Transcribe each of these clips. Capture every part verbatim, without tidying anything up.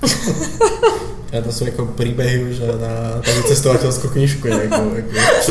Ja to sú ako príbehy už na takú cestovateľskú knižku. Ako, ako.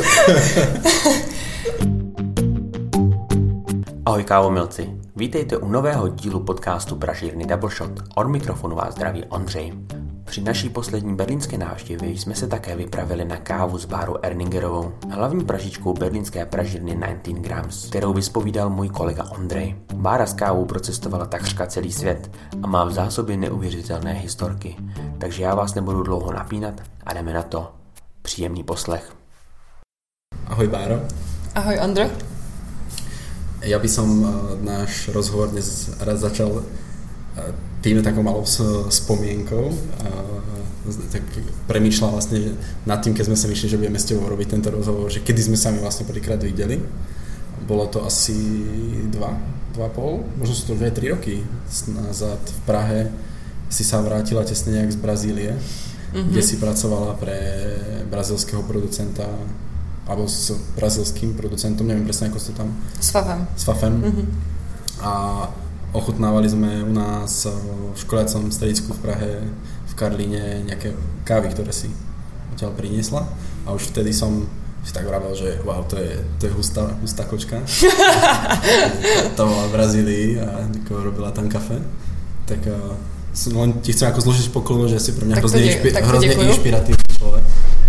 Ahoj kávomilci, vítejte u nového dílu podcastu Pražírny Double Shot. Od mikrofonu vás zdraví Ondřej. Při naší poslední berlínské návštěvě jsme se také vypravili na kávu z báru Erningerovou, hlavní pražičkou berlínské pražírny devatenáct grams, kterou vyspovídal můj kolega Ondřej. Bára s kávou procestovala takřka celý svět a má v zásobě neuvěřitelné historky, takže já vás nebudu dlouho napínat a jdeme na to. Příjemný poslech. Ahoj Báro. Ahoj Ondro. Ja by som náš rozhovor dnes raz začal tým takou malou spomienkou. Tak premýšľal vlastne nad tým, keď sme sa myšli, že budeme s tebou robiť tento rozhovor, že kedy sme sa mi vlastne prvýkrát videli. Bolo to asi dva, dva pol, možno sú to už aj tri roky nazad v Prahe. Si sa vrátila tesne nejak z Brazílie, mm-hmm. kde si pracovala pre brazilského producenta alebo s brazilským producentom, neviem presne, ako ste tam... S Fafem. S Fafem. Mm-hmm. A ochutnávali sme u nás v školiacom stredisku v Prahe, v Karlíne, nejaké kávy, ktoré si odtiaľ priniesla. A už vtedy som si tak vravel, že wow, to je, to je hustá, hustá kočka. To bola v Brazílii a robila tam kafe. Tak uh, len ti chcem ako zložiť poklonu, že si pre mňa hrozne, inšpi- hrozne inšpiratívny človek.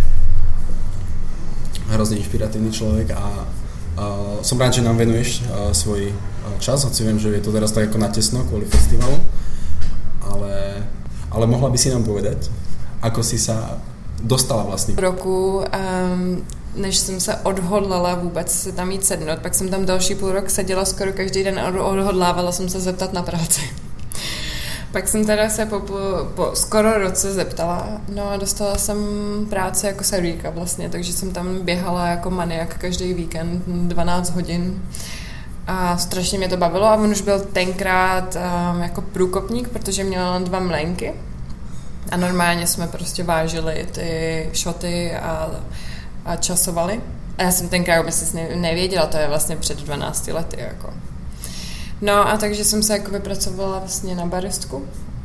hrozne inšpiratívny človek a uh, som rád, že nám venuješ uh, svoj uh, čas, hoci viem, že je to teraz tak ako natesno kvôli festivalu, ale, ale mohla by si nám povedať, ako si sa dostala vlastne. V roku, um, než jsem se odhodlala vůbec se tam jít sednout, pak jsem tam další půl rok seděla skoro každý den a odhodlávala jsem se zeptat na práci. Pak jsem teda se po, po, po skoro roce zeptala, no a dostala jsem práci jako servírka vlastně, takže jsem tam běhala jako maniak každý víkend dvanáct hodin a strašně mě to bavilo a on už byl tenkrát um, jako průkopník, protože měl dva mlénky a normálně jsme prostě vážili ty šoty a, a časovali a já jsem tenkrát vůbec nevěděla, to je vlastně před dvanácti lety jako. No a takže jsem se jako vypracovala vlastně na baristku.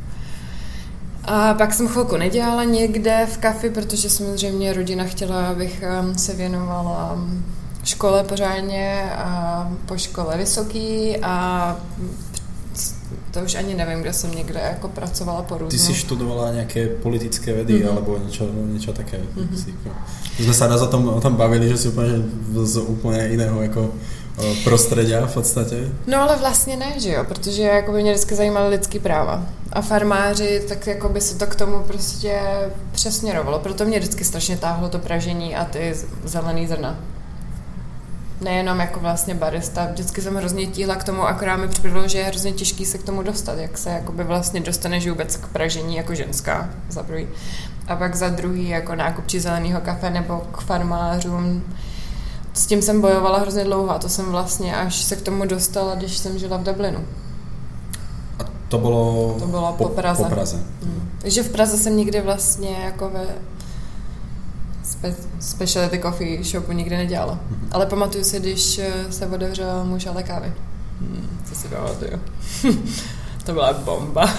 A pak jsem chvilku nedělala někde v kafi, protože samozřejmě rodina chtěla, abych se věnovala škole pořádně a po škole vysoký a to už ani nevím, kde jsem někde jako pracovala po různu. Ty si študovala nějaké politické vedy mm-hmm. alebo niečo, niečo také. Mm-hmm. My jsme se raz o tom, o tom bavili, že si úplně z úplně jiného jako prostredia v podstatě. No ale vlastně ne, že jo, protože jako by mě vždycky zajímaly lidský práva a farmáři, tak jako by se to k tomu prostě přesměrovalo, proto mě vždycky strašně táhlo to pražení a ty zelený zrna. Nejenom jako vlastně barista, vždycky jsem hrozně tíhla k tomu, akorát mi připadalo, že je hrozně těžký se k tomu dostat, jak se jakoby vlastně dostaneš vůbec k pražení jako ženská, za prvý. A pak za druhý jako nákupčí zeleného kafe nebo k farmářům. S tím jsem bojovala hrozně dlouho a to jsem vlastně až se k tomu dostala, když jsem žila v Dublinu. A to bylo, to bylo po, po Praze. Po Praze. Hmm. Takže v Praze jsem nikdy vlastně jako ve spe, specialty coffee shopu nikdy nedělala. Hmm. Ale pamatuju si, když se otevřel Muž ale kávy. Hmm, to si pamatuju. To byla bomba.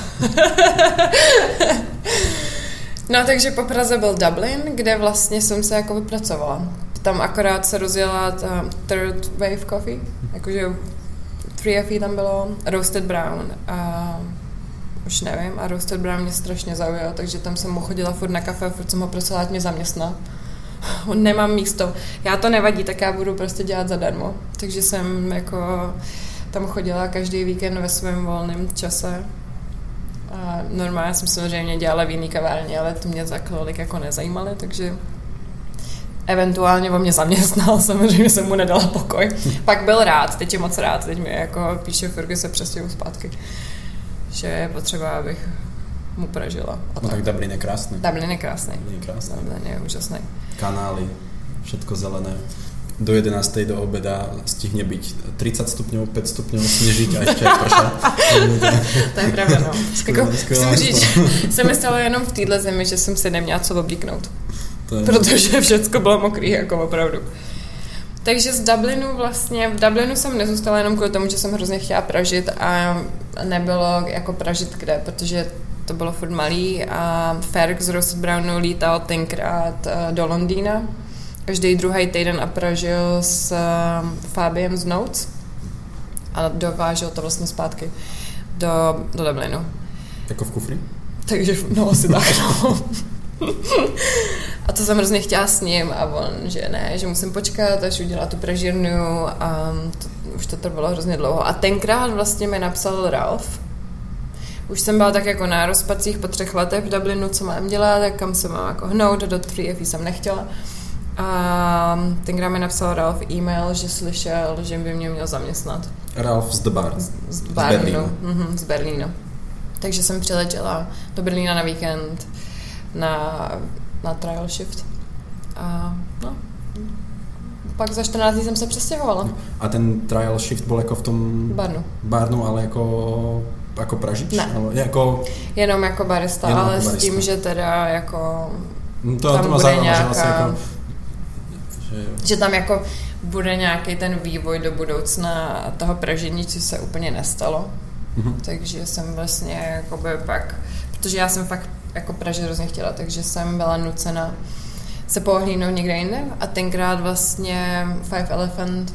No takže po Praze byl Dublin, kde vlastně jsem se jako vypracovala. Tam akorát se rozjela ta third wave coffee, jakože tři F tam bylo, roasted brown a už nevím, a roasted brown mě strašně zaujal, takže tam jsem mu chodila furt na kafe, furt jsem ho prosila, ať mě zaměstná. Nemám místo, já to nevadí, tak já budu prostě dělat zadarmo. Takže jsem jako tam chodila každý víkend ve svém volném čase. A normálně jsem samozřejmě dělala v jiný kavárně, ale to mě za kolik jako nezajímaly, takže eventuálně o mě zaměstnal, samozřejmě jsem mu nedala pokoj. Pak byl rád, teď je moc rád, teď mi jako píše Fergus se přestěhu zpátky, že je potřeba, abych mu pražila. No tak Dublin je krásný. Dublin je krásný. Dublin je krásný. Dublin je úžasný. Kanály, všetko zelené. Do jedenástej do obeda stihne byť tridsať stupňov, päť stupňov, snežiť a ešte aj pršať. To je pravda, no. Jako, musím říct, se mi stalo jenom v téhle zemi, že jsem si neměla co oblíknout. Je... Protože všecko bylo mokrý, jako opravdu. Takže z Dublinu vlastně, v Dublinu jsem nezůstala jenom kvůli tomu, že jsem hrozně chtěla pražit a nebylo jako pražit kde, protože to bylo furt malý a Ferg z Roasted Brownu lítal tenkrát do Londýna. Každý druhý týden a pražil s Fabiem z Notes a dovážel to vlastně zpátky do, do Dublinu. Jako v kufri? Takže, no asi tak, no. A to jsem hrozně chtěla s ním a on, že ne, že musím počkat, až udělá tu pražírnu a to, už to trvalo hrozně dlouho. A tenkrát vlastně mi napsal Ralph. Už jsem byla tak jako na rozpacích po třech letech v Dublinu, co mám dělat, tak kam se mám jako hnout, do tři F jsem nechtěla. A tenkrát mi napsal Ralph e-mail, že slyšel, že by mě měl zaměstnat. Ralph z The Bar. Z, z, z Berlína. Mhm, z Berlína. Takže jsem přiletěla do Berlína na víkend na, na trial shift. A no, pak za čtrnáct dní jsem se přestěhovala. A ten trial shift byl jako v tom Barnu. Barnu, ale jako, jako pražič? Ne. Ale jako, jenom jako barista, jenom ale jako s barista. tím, že teda jako no to, tam to má bude zároveň, nějaká, že vlastně jako, že, že tam jako bude nějaký ten vývoj do budoucna toho pražení, co se úplně nestalo. mm-hmm. Takže jsem vlastně jakoby pak, protože já jsem fakt jako pražit hrozně chtěla, takže jsem byla nucena se pohlídnout někde jinde a tenkrát vlastně Five Elephant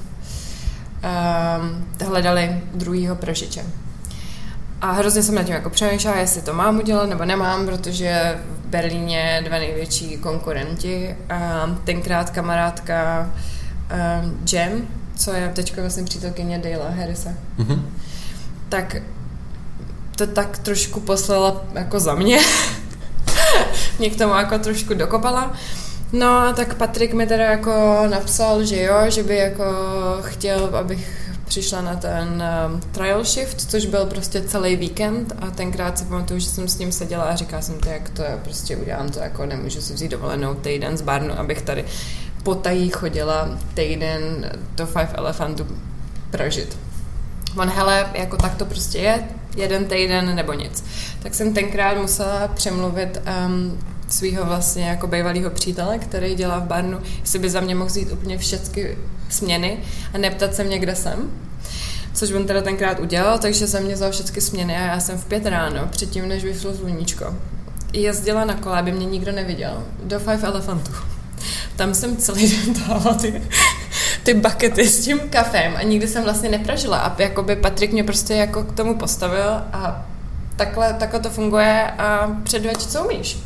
um, hledali druhýho pražiče. A hrozně jsem nad tím jako přemýšlela, jestli to mám udělat nebo nemám, protože v Berlíně dva největší konkurenti. A tenkrát kamarádka um, Jem, co je teďko vlastně přítelkyně Dale'a Harrise, mm-hmm. tak to tak trošku poslala jako za mě. Mě k tomu jako trošku dokopala. No, tak Patrik mi teda jako napsal, že jo, že by jako chtěl, abych přišla na ten um, trial shift, což byl prostě celý víkend a tenkrát si pamatuju, že jsem s ním seděla a říkala jsem to, jak to je, prostě udělám to, jako nemůžu si vzít dovolenou týden z Barnu, abych tady potají chodila týden do Five Elephantů pražit. On, hele, jako tak to prostě je, jeden týden nebo nic. Tak jsem tenkrát musela přemluvit um, svýho vlastně jako bývalýho přítele, který dělá v Barnu, jestli by za mě mohl vzít úplně všechny směny a neptat se mě, kde jsem. Což on teda tenkrát udělal, takže jsem mě vzal všechny směny a já jsem v pět ráno, předtím, než vyšlo sluníčko, jezdila na kole, aby mě nikdo neviděl, do Five Elephantů. Tam jsem celý den táhla ty, ty bakety s tím kafem a nikdy jsem vlastně nepražila a jakoby Patrik mě prostě jako k tomu postavil a takhle, takhle to funguje a předveď, co umíš.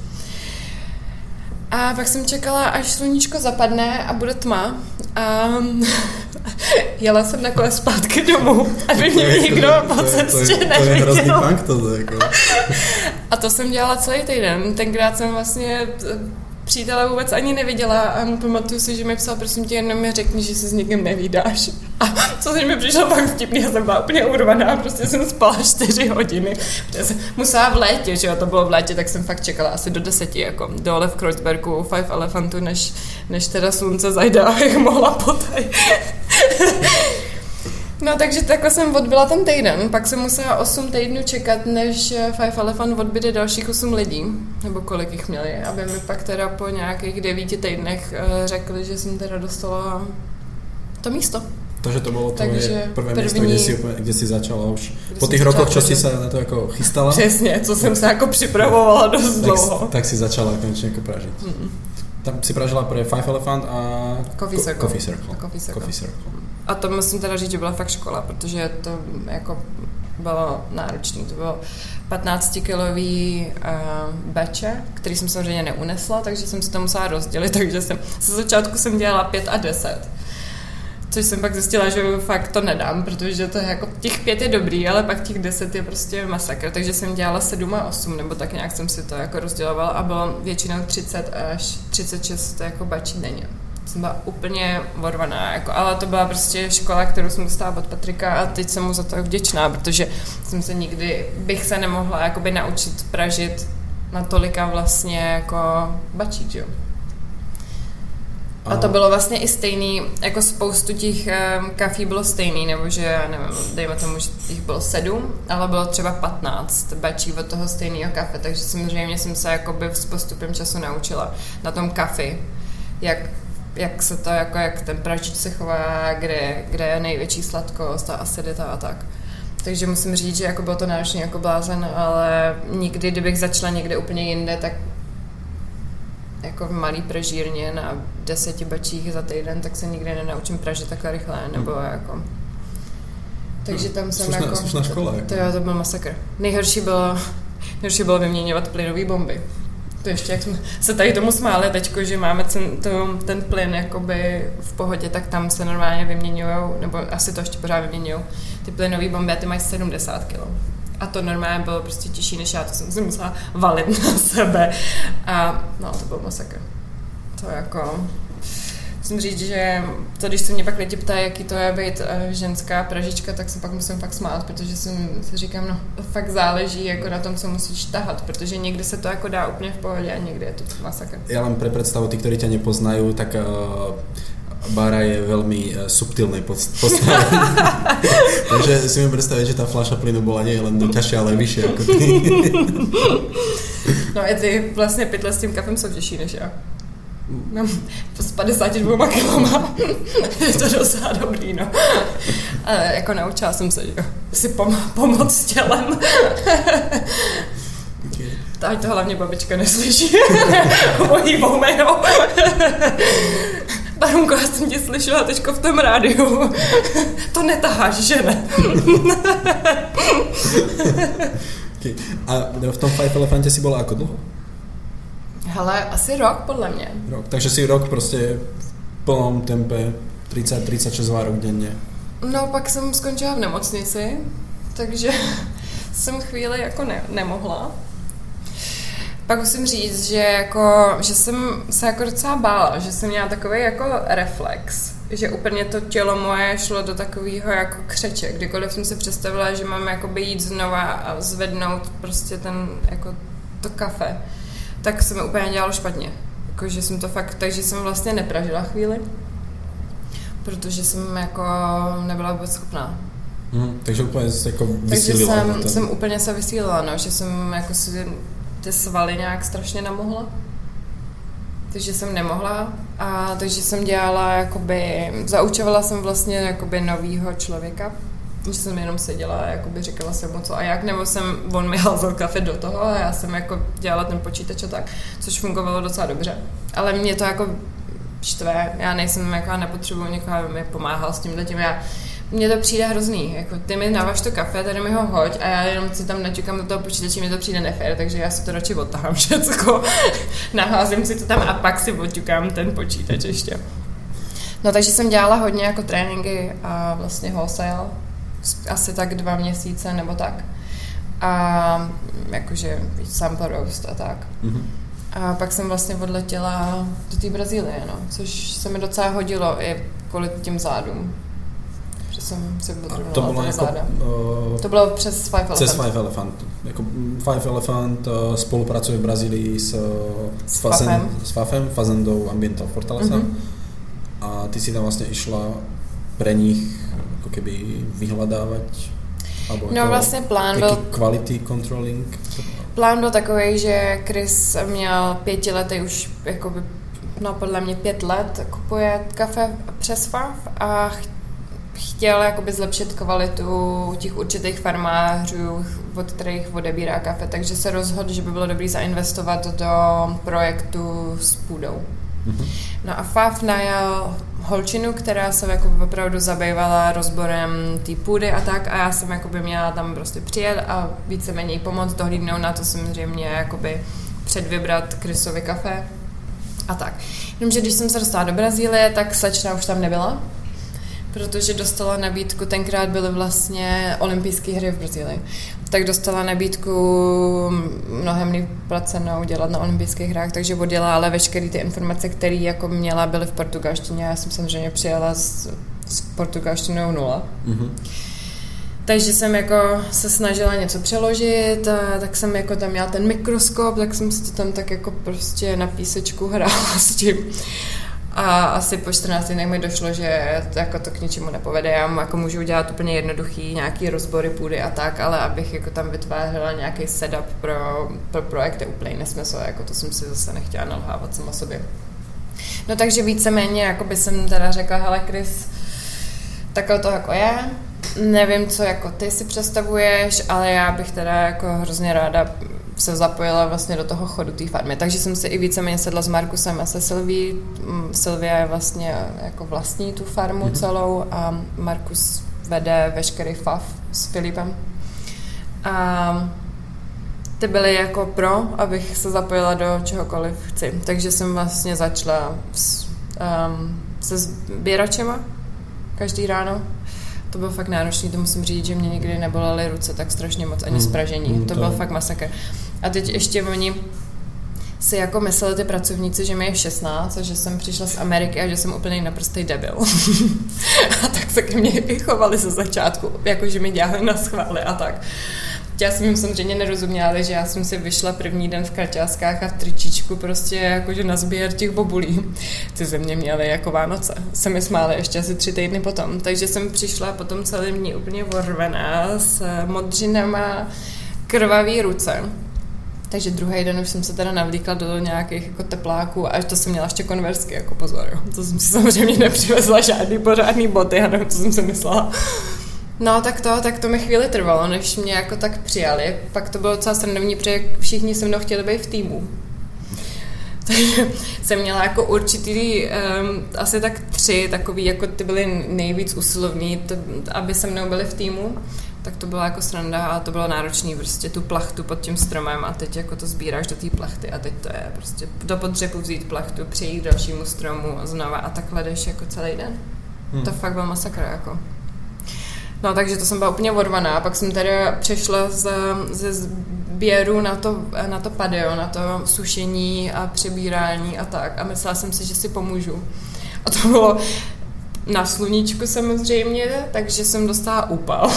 A pak jsem čekala, až sluníčko zapadne a bude tma a jela jsem na kole zpátky domů, aby mě nikdo po cestě neviděl. To je hrozný punk to jako. A to jsem dělala celý týden. Tenkrát jsem vlastně přítele vůbec ani neviděla a pamatuju si, že mi psal, prosím tě, jenom mi řekni, že se s někým nevídáš. A co se mi přišlo fakt vtipný, já jsem byla úplně urvaná, prostě jsem spala čtyři hodiny. Já jsem musela v létě, že jo, to bylo v létě, tak jsem fakt čekala asi do deseti, jako dole v Kreuzbergu, Five Elephantů, než, než teda slunce zajde, abych mohla potaj. No, takže takhle jsem odbyla ten týden, pak jsem musela osm týdnů čekat, než Five Elephant odbyde dalších osm lidí, nebo kolik jich měli, aby mi pak teda po nějakých devíti týdnech řekli, že jsem teda dostala to místo. Takže to bylo Takže tvoje prvé první, místo, kde si, kde si začala už. Po těch rokoch, čo si se na to jako chystala. Přesně, co jsem se jako připravovala dost tak, dlouho. Tak si začala konečně jako pražit. Mm-mm. Tam si pražila pro Five Elephant a Coffee Circle. Coffee Circle. A Coffee Circle. Coffee Circle. A to musím teda říct, že byla fakt škola, protože to jako bylo náročné. To bylo patnáctikilový uh, beče, který jsem samozřejmě neunesla, takže jsem si to musela rozdělit, takže jsem ze začátku jsem dělala pět a deset. Což jsem pak zjistila, že fakt to nedám, protože to je jako, těch pět je dobrý, ale pak těch deset je prostě masakr, takže jsem dělala sedm a osm, nebo tak nějak jsem si to jako rozdělovala a bylo většinou třicet až třicet šest jako bačí denně. Jsem byla úplně vorvaná, jako, ale to byla prostě škola, kterou jsem dostala od Patrika a teď jsem mu za to vděčná, protože jsem se nikdy, bych se nemohla jakoby naučit pražit na tolika vlastně jako bačí, jo. A to bylo vlastně i stejný, jako spoustu těch um, kafí bylo stejný, nebo že, já nevím, dejme tomu, že těch bylo sedm, ale bylo třeba patnáct bačí od toho stejného kafe, takže samozřejmě jsem se jakoby s postupem času naučila na tom kafi, jak, jak se to, jako jak ten pražič se chová, kde, kde je největší sladkost a acidita a tak. Takže musím říct, že jako bylo to náročné jako blázen, ale nikdy, kdybych začala někde úplně jinde, tak jako v malý pražírně na deseti bačích za týden, tak se nikdy nenaučím pražit takhle rychle, nebo jako... Takže tam jsem slušná, jako... Slušná škola. Jako. To jo, to byl masakr. Nejhorší bylo, nejhorší bylo vyměňovat plynové bomby. To ještě, jak jsme se tady tomu smáli teďko, že máme ten, to, ten plyn jakoby v pohodě, tak tam se normálně vyměňujou, nebo asi to ještě pořád vyměňujou, ty plynové bomby a ty mají sedmdesát kilo. A to normálně bylo prostě těžší než já, to jsem si musela valit na sebe. A no, to byl masakr. To jako... Musím říct, že to, když se mě pak lidi ptají, jaký to je být ženská pražička, tak se pak musím fakt smát, protože jsem si říkám, no fakt záleží jako na tom, co musíš tahat, protože někdy se to jako dá úplně v pohodě a někdy je to masakr. Ja len pre predstavu, tí, ktorí ťa nepoznajú, tak uh, Bára je veľmi uh, subtilnej postavy. Takže si mi predstaviť, že tá fľaša plynu bola nie len ťažšia, ale vyššia ako ty. No i ty vlastně pytle s tím kafem jsou těžší než já. Mám s padesáti dvěma kiloma. Je to docela dobrý, no. Ale jako naučila jsem se, že si pom- pomoct tělem. Ať to hlavně babička neslyší. Ohýbou mého. Barunko, já jsem tě slyšela teďko v tom rádiu. To netaháš, že ne? Okay. A v tom Five Elefante si bola ako dlho? Hele, asi rok podle mě. Rok. Takže si rok prostě v plnom tempe třicet třicet šest várok denně. No, pak jsem skončila v nemocnici, takže jsem chvíli jako ne, nemohla. Pak musím říct, že, jako, že jsem se jako docela bála, že jsem měla takový jako reflex, že úplně to tělo moje šlo do takového jako křeče. Kdykoliv jsem si představila, že mám jakoby jít znova a zvednout prostě ten, jako to kafe, tak se mi úplně dělalo špatně. Jako, že jsem to fakt, takže jsem vlastně nepražila chvíli, protože jsem jako nebyla vůbec schopná. Hmm, takže úplně se jako vysílila. Takže jsem, jsem úplně se vysílila, no, že jsem jako si ty svaly nějak strašně namohla. Takže jsem nemohla a takže jsem dělala jakoby, zaučovala jsem vlastně jakoby novýho člověka, že jsem jenom seděla a jakoby říkala jsem mu co a jak, nebo jsem, on mi házel kafe do toho a já jsem jako dělala ten počítač a tak, což fungovalo docela dobře. Ale mě to jako štve, já nejsem jako, nepotřebuji někoho, aby mi pomáhal s tímhletím, já mně to přijde hrozný, jako ty mi navaž to kafe, tady mi ho hoď a já jenom si tam naťukám do toho počítače, mi to přijde nefér, takže já si to radši odtahám všecko, naházím si to tam a pak si odťukám ten počítač ještě. No takže jsem dělala hodně jako tréninky a vlastně wholesale, asi tak dva měsíce nebo tak. A jakože sample roast a tak. Mm-hmm. A pak jsem vlastně odletěla do té Brazílie, no, což se mi docela hodilo i kvůli těm zádům. Že jsem si to jako, záda. Uh, to bylo přes Five Elephant. Přes Five Elephant. Jako Five Elephant uh, spolupracuje v Brazílii s, s, s Fafem, s Fafem, Fazendou Ambiental Fortaleza. Mm-hmm. A ty si tam vlastně išla pre nich jako keby vyhledávať alebo no vlastně plán byl quality controlling. Plán byl takový, že Chris měl pětiletý už jakoby, no podle mě pět let kupuje kafe přes Faf a chtěl jakoby zlepšit kvalitu těch určitých farmářů, od kterých odebírá kafe, takže se rozhodl, že by bylo dobré zainvestovat do projektu s půdou. Mm-hmm. No a Faf najal holčinu, která se jako opravdu zabývala rozborem té půdy a tak a já jsem jakoby měla tam prostě přijet a víceméně pomoct, dohlídnout na to samozřejmě jakoby předvybrat Chrisovi kafe a tak. Jenomže když jsem se dostala do Brazílie, tak slečna už tam nebyla, protože dostala nabídku, tenkrát byly vlastně olympijské hry v Brazílii, tak dostala nabídku mnohem líp placenou dělat na olympijských hrách, takže odjela, ale veškeré ty informace, které jako měla, byly v portugalštině. Já jsem samozřejmě přijela s, s portugalštinou nula. Mm-hmm. Takže jsem jako se snažila něco přeložit, a tak jsem jako tam měla ten mikroskop, tak jsem si to tam tak jako prostě na písečku hrála s tím. A asi po čtrnácti dnech mi došlo, že to, jako to k ničemu nepovede. Já mu jako můžu dělat úplně jednoduchý nějaký rozbory půdy a tak, ale abych jako tam vytvářela nějaký setup pro, pro projekt je úplný nesmysl, jako to jsem si zase nechtěla nalhávat sama sobě. No takže víceméně jako by jsem teda řekla, hele Chris, takhle to jako je, nevím, co jako ty si představuješ, ale já bych teda jako hrozně ráda se zapojila vlastně do toho chodu té farmy. Takže jsem si i víceméně sedla s Markusem a se Sylví. Sylvia je vlastně jako vlastní tu farmu mm-hmm. celou a Markus vede veškerý fav s Filipem. A ty byly jako pro, abych se zapojila do čehokoliv chci. Takže jsem vlastně začala s, um, se sběračema každý ráno. To bylo fakt náročný, to musím říct, že mě nikdy nebolely ruce tak strašně moc, ani spražení. Hmm, to, to byl fakt masakr. A teď ještě oni si jako mysleli ty pracovníci, že mi je šestnáct a že jsem přišla z Ameriky a že jsem úplně naprostý debil. A tak se ke mně i chovali ze začátku, jako že mi dělali na schvály a tak. Já jsem jim samozřejmě nerozuměla, že já jsem si vyšla první den v kraťáskách a v tričičku prostě jakože na sběr těch bobulí. Ty ze mě měly jako Vánoce. Se mi smály ještě asi tři týdny potom. Takže jsem přišla potom celý dní úplně vorvená s modřinama, krvavý ruce. Takže druhý den už jsem se teda navlíkla do nějakých jako tepláků a to jsem měla ještě konverzky, jako pozor. Jo. To jsem si samozřejmě nepřivezla žádný pořádný boty, já nevím, co jsem si myslela. No tak to, tak to mi chvíli trvalo, než mě jako tak přijali. Pak to bylo docela srandovní, protože všichni se mnou chtěli být v týmu. Takže jsem měla jako určitý, um, asi tak tři takový, jako ty byly nejvíc usilovní, to, aby se mnou byli v týmu. Tak to byla jako sranda a to bylo náročný, prostě tu plachtu pod tím stromem a teď jako to sbíráš do té plachty a teď to je prostě do podřepu vzít plachtu, přejít k dalšímu stromu a znova a takhle jdeš jako celý den. Hmm. To fakt byl masakr jako. No, takže to jsem byla úplně odvaná. A pak jsem tady přešla z, ze sběru na to, na to padeo, na to sušení a přebírání a tak. A myslela jsem si, že si pomůžu. A to bylo na sluníčku samozřejmě, takže jsem dostala úpal.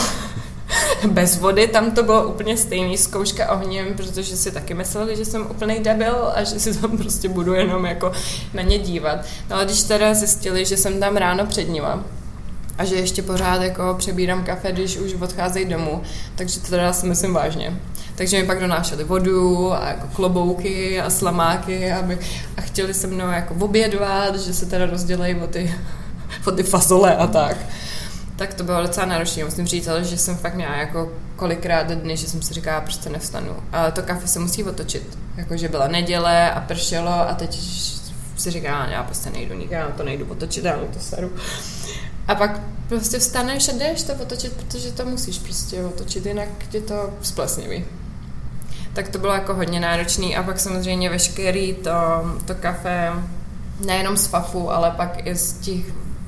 Bez vody, tam to bylo úplně stejný, zkouška ohněm, protože si taky mysleli, že jsem úplnej debil a že si tam prostě budu jenom jako na ně dívat. No ale když teda zjistili, že jsem tam ráno před nima, a že ještě pořád jako přebírám kafe, když už odcházejí domů, takže to teda si myslím vážně. Takže mi pak donášeli vodu a jako klobouky a slamáky aby, a chtěli se mnou jako obědvat, že se teda rozdělají o ty, o ty fazole a tak. Tak to bylo docela náročné, musím říct, ale že jsem fakt měla jako kolikrát dny, že jsem si říkala, prostě nevstanu. Ale to kafe se musí otočit, jakože byla neděle a pršelo a teď si říkala, já prostě nejdu nikam, to nejdu otočit, já to seru. A pak prostě vstaneš a jdeš to otočit, protože to musíš prostě otočit, jinak ti to splesniví. Tak to bylo jako hodně náročný a pak samozřejmě veškerý to, to kafe, nejenom z fafu, ale pak i z těch,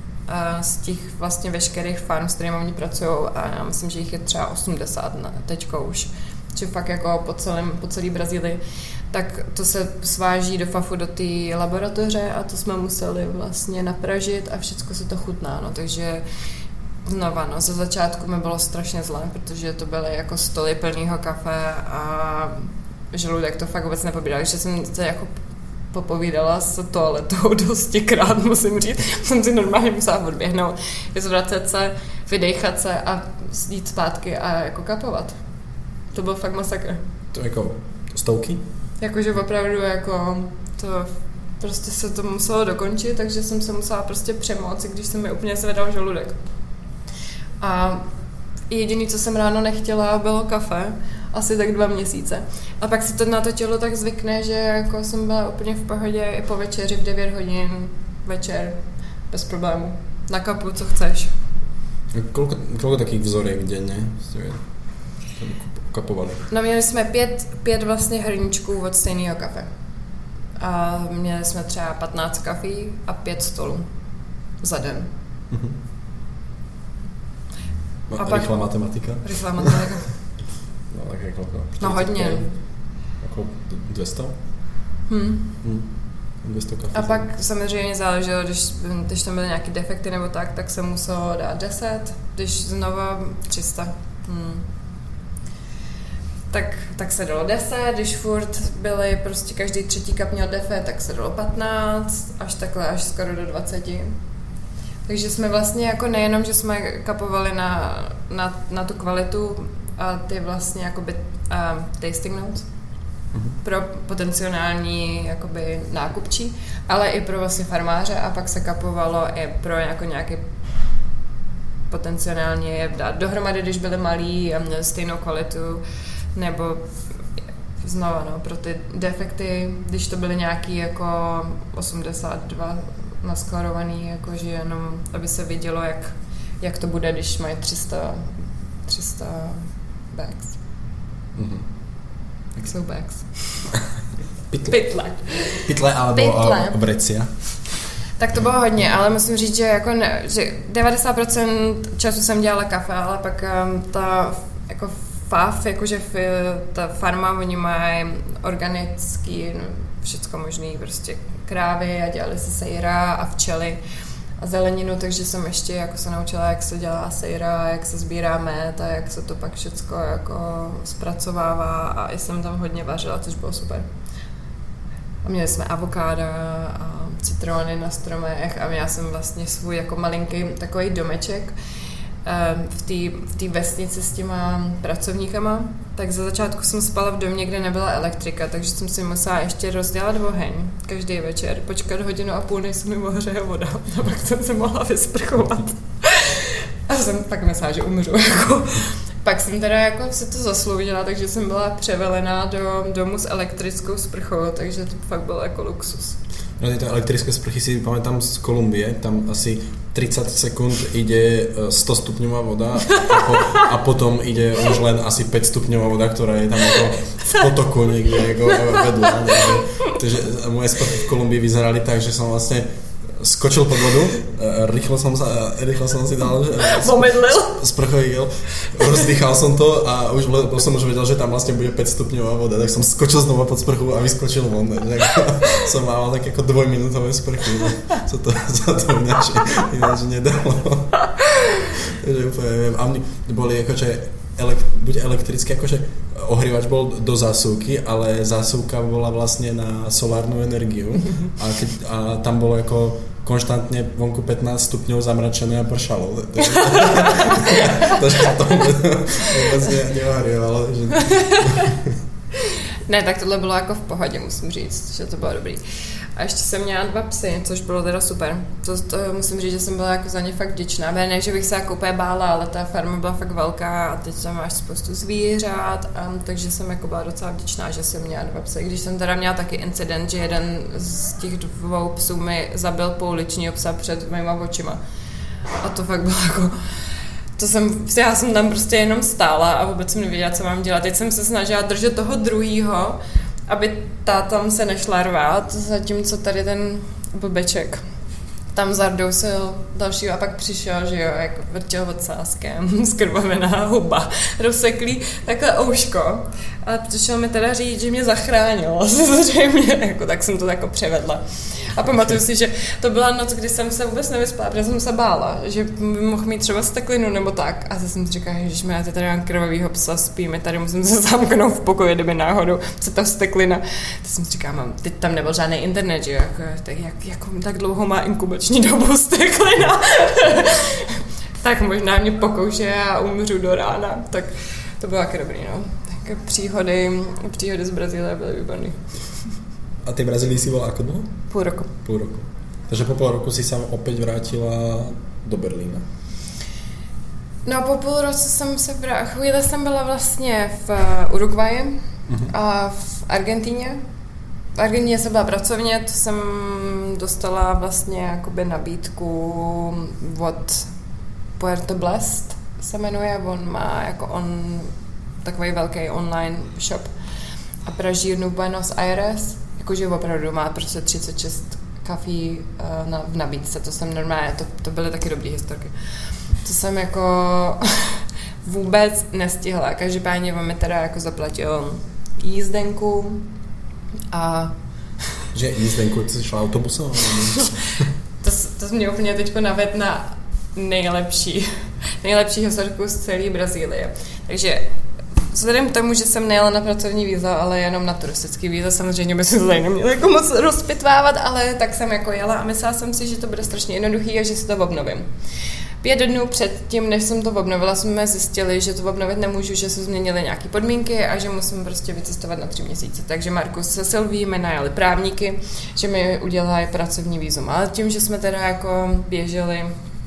z těch vlastně veškerých farm, s kterými oni pracují a já myslím, že jich je třeba osmdesát teďko už, či fakt jako po, celém, po celé Brazílii, tak to se sváží do fafu do té laboratoře a to jsme museli vlastně napražit a všecko se to chutná, no, takže znova, no, ze začátku mi bylo strašně zlé, protože to byly jako stoly plnýho kafe a žaludek to fakt vůbec nepobíral, takže jsem se jako popovídala s toaletou dostikrát, musím říct, jsem si normálně musela odběhnout, vyzvracet se, vydejchat se a jít zpátky a jako kapovat. To byl fakt masakr. To jako stovky? Jakože opravdu jako to prostě se to muselo dokončit, takže jsem se musela prostě přemoct, když se mi úplně zvedal žaludek. A jediné, co jsem ráno nechtěla, bylo kafe, asi tak dva měsíce. A pak si to na to tělo tak zvykne, že jako jsem byla úplně v pohodě i po večeři v devět hodin večer, bez problémů. Na kapu, co chceš. Koľko, koľko takých vzoriek denne ste kapovali? No měli jsme pět, pět vlastně hrníčků od stejného kafe. A měli jsme třeba patnáct kafí a pět stolů za den. Uh-huh. A rychlá pak, matematika? Rychlá matematika. No tak je koľko? No hodně. Jako dvě stě? Hmm. Hmm. dvě stě kafí. A pak samozřejmě záleželo, když, když tam byly nějaké defekty nebo tak, tak se muselo dát deset, když znova tři sta. Hmm. Tak, tak se dalo deset, když furt byly prostě každý třetí kap měl defekt, tak se dalo patnáct, až takhle, až skoro do dvaceti. Takže jsme vlastně jako nejenom, že jsme kapovali na, na, na tu kvalitu a ty vlastně jakoby uh, tasting notes mm-hmm. pro potenciální jakoby nákupčí, ale i pro vlastně farmáře a pak se kapovalo i pro jako nějaký potenciálně je dát dohromady, když byly malí a měli stejnou kvalitu, nebo znova, no, pro ty defekty, když to byly nějaký jako osmdesát dva naskorovaný, jakože jenom, aby se vidělo, jak, jak to bude, když mají tři sta bags. Mm-hmm. Jak jsou bags? Pytle. Pytle. Pytle alebo Pytle. Obrecia. Tak to bylo hodně, ale musím říct, že, jako ne, že devadesát procent času jsem dělala kafe, ale pak um, ta jako fav, jakože ta farma, oni mají organický, no, všecko možný, prostě krávy a dělali se sejra a včely a zeleninu, takže jsem ještě jako se naučila, jak se dělá sejra, jak se sbírá med a jak se to pak všecko jako zpracovává a i jsem tam hodně vařila, což bylo super. A měli jsme avokáda a citrony na stromech a já jsem vlastně svůj jako malinký takový domeček v té v té vesnici s těma pracovníkama, tak za začátku jsem spala v domě, kde nebyla elektrika, takže jsem si musela ještě rozdělat oheň každý večer, počkat hodinu a půl, než se mi ohřeje voda, a pak jsem se mohla vysprchovat. A jsem pak myslela, že umřu. Jako. Pak jsem teda jako si to zasloužila, takže jsem byla převelená do domu s elektrickou sprchou, takže to fakt bylo jako luxus. No tyto elektrické sprchy si pamätám z Kolumbie, tam asi tridsať sekúnd ide sto stupňová voda a, po, a potom ide už len asi päť stupňová voda, ktorá je tam ako v potoku niekde ako vedľa. Takže moje sprchy v Kolumbii vyzerali tak, že som vlastne skočil pod vodu, rýchlo som sa, rýchlo som si dal sprchový gel, rozdýchal som to a už som už vedel, že tam vlastne bude päť stupňová voda, tak som skočil znova pod sprchu a vyskočil von. Tak som mal tak ako dvojminútové sprchy, no. Co to, co to ináč, ináč nedalo. Takže úplne neviem. A mne boli akože elek, buď elektrické, akože ohrievač bol do zásuvky, ale zásuvka bola vlastne na solárnu energiu a, keď, a tam bolo ako konštantne vonku pätnásť stupňov zamračené a pršalo. Takže to vôbec neohrievalo. Ne, tak tohle bylo jako v pohodě, musím říct, že to bylo dobrý. A ještě jsem měla dva psy, což bylo teda super. To, to musím říct, že jsem byla jako za ně fakt vděčná. Ne, že bych se jako úplně bála, ale ta farma byla fakt velká a teď tam máš spoustu zvířat, a, takže jsem jako byla docela vděčná, že jsem měla dva psy. Když jsem teda měla taky incident, že jeden z těch dvou psů mi zabil pouličního psa před mýma očima. A to fakt bylo jako... To jsem, já jsem tam prostě jenom stála a vůbec jsem nevěděla, co mám dělat. Teď jsem se snažila držet toho druhýho, aby ta tam se nešla rvát, zatímco tady ten blbeček tam zardousil dalšího a pak přišel, že jo, jako vrtěl odsázkem, skrvavená huba, rozseklý takhle ouško. Ale přišel mi teda říct, že mě zachránil, zřejmě, jako, tak jsem to jako převedla. A pamatuju si, že to byla noc, kdy jsem se vůbec nevyspala, protože jsem se bála, že by mohl mít třeba steklinu nebo tak. A zase jsem si říkala, ježišme, já tady mám krvavýho psa, spíme, tady musím se zamknout v pokoji, kdyby náhodou se ta steklina. Tak jsem si říkala, mám, teď tam nebyl žádný internet, že jak, tak, jak, jak, tak dlouho má inkubační dobu steklina. Tak možná mě pokouše a umřu do rána. Tak to bylo taky dobrý, no. Tak příhody, příhody z Brazílie byly výborný. A tej Brazílii si bola ako dlho? Půl roku. Půl roku. Takže po půl roku si sa opäť vrátila do Berlína. No po půl roce jsem se vrátila, chvíli jsem byla vlastně v Uruguayi uh-huh. a v Argentíně. V Argentíně jsem byla pracovně, to jsem dostala vlastně jakoby nabídku od Puerto Blest se jmenuje, on má jako on takový velký online shop a pražírnu Buenos Aires, jakože opravdu má prostě třicet šest kafí uh, na, v nabídce, to jsem normálně, to, to byly taky dobrý historky. To jsem jako vůbec nestihla, každopádně on mi teda jako zaplatil jízdenku a... Že jízdenku, ty jsi šla autobusem? to, to mě úplně teďko naved na nejlepší, nejlepší historku z celé Brazílie. Takže vzhledem k tomu, že jsem nejela na pracovní víza, ale jenom na turistický víza, samozřejmě by se to tady neměla jako moc rozpitvávat, ale tak jsem jako jela a myslela jsem si, že to bude strašně jednoduchý a že si to obnovím. Pět dnů před tím, než jsem to obnovila, jsme zjistili, že to obnovit nemůžu, že se změnily nějaké podmínky a že musím prostě vycestovat na tři měsíce. Takže Markus se Silví mi najali právníky, že mi udělají pracovní vízum. Ale tím, že jsme teda jako běželi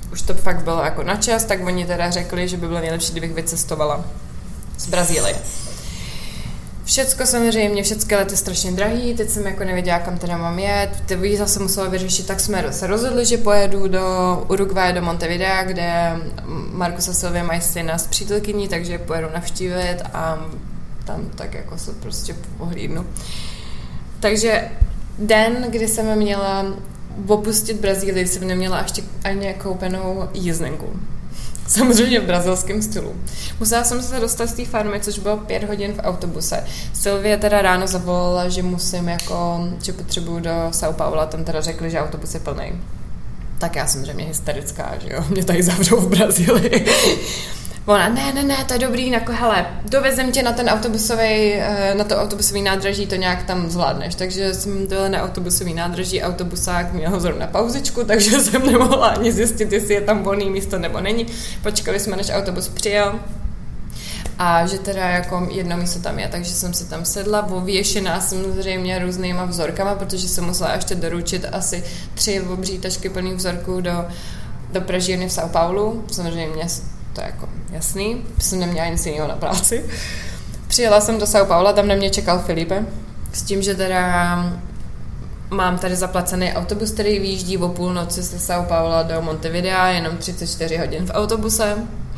už to fakt bylo jako na čas, tak oni teda řekli, že by bylo nejlepší, kdybych vycestovala z Brazílie. Všecko samozřejmě, všechny lety strašně drahý, teď jsem jako nevěděla, kam teda mám jet, ty víza se musela vyřešit, tak jsme se rozhodli, že pojedu do Uruguaye, do Montevidea, kde Markus a Silvia mají syna s přítelkyní, takže pojedu navštívit a tam tak jako se prostě pohlídnu. Takže den, kdy jsem měla opustit Brazílii, jsem neměla ještě ani koupenou jízdenku. Samozřejmě v brazilském stylu. Musela jsem se dostat z té farmy, což bylo pět hodin v autobuse. Sylvie teda ráno zavolala, že musím jako, že potřebuju do São Paula, tam teda řekli, že autobus je plný. Tak já samozřejmě hysterická, že jo, mě tady zavřou v Brazílii. Ona, ne, ne, ne, to je dobrý, jako, hele, dovezem tě na ten autobusový, na to autobusový nádraží, to nějak tam zvládneš. Takže jsem dojela na autobusový nádraží, autobusák měl zrovna pauzičku, takže jsem nemohla ani zjistit, jestli je tam volný místo nebo není. Počkali jsme, než autobus přijel. A že teda jako jedno místo tam je, takže jsem si tam sedla, ověšená samozřejmě různýma vzorkama, protože jsem musela ještě doručit asi tři obří tašky plných vzorků do, do pražírny v São Paulu. Samozřejmě to je jako jasný, jsem neměla nic jiného na práci. Přijela jsem do São Paula, tam na mě čekal Filipe, s tím, že teda mám tady zaplacený autobus, který vyjíždí o půlnoci ze São Paula do Montevidea, jenom třicet čtyři hodin v autobuse.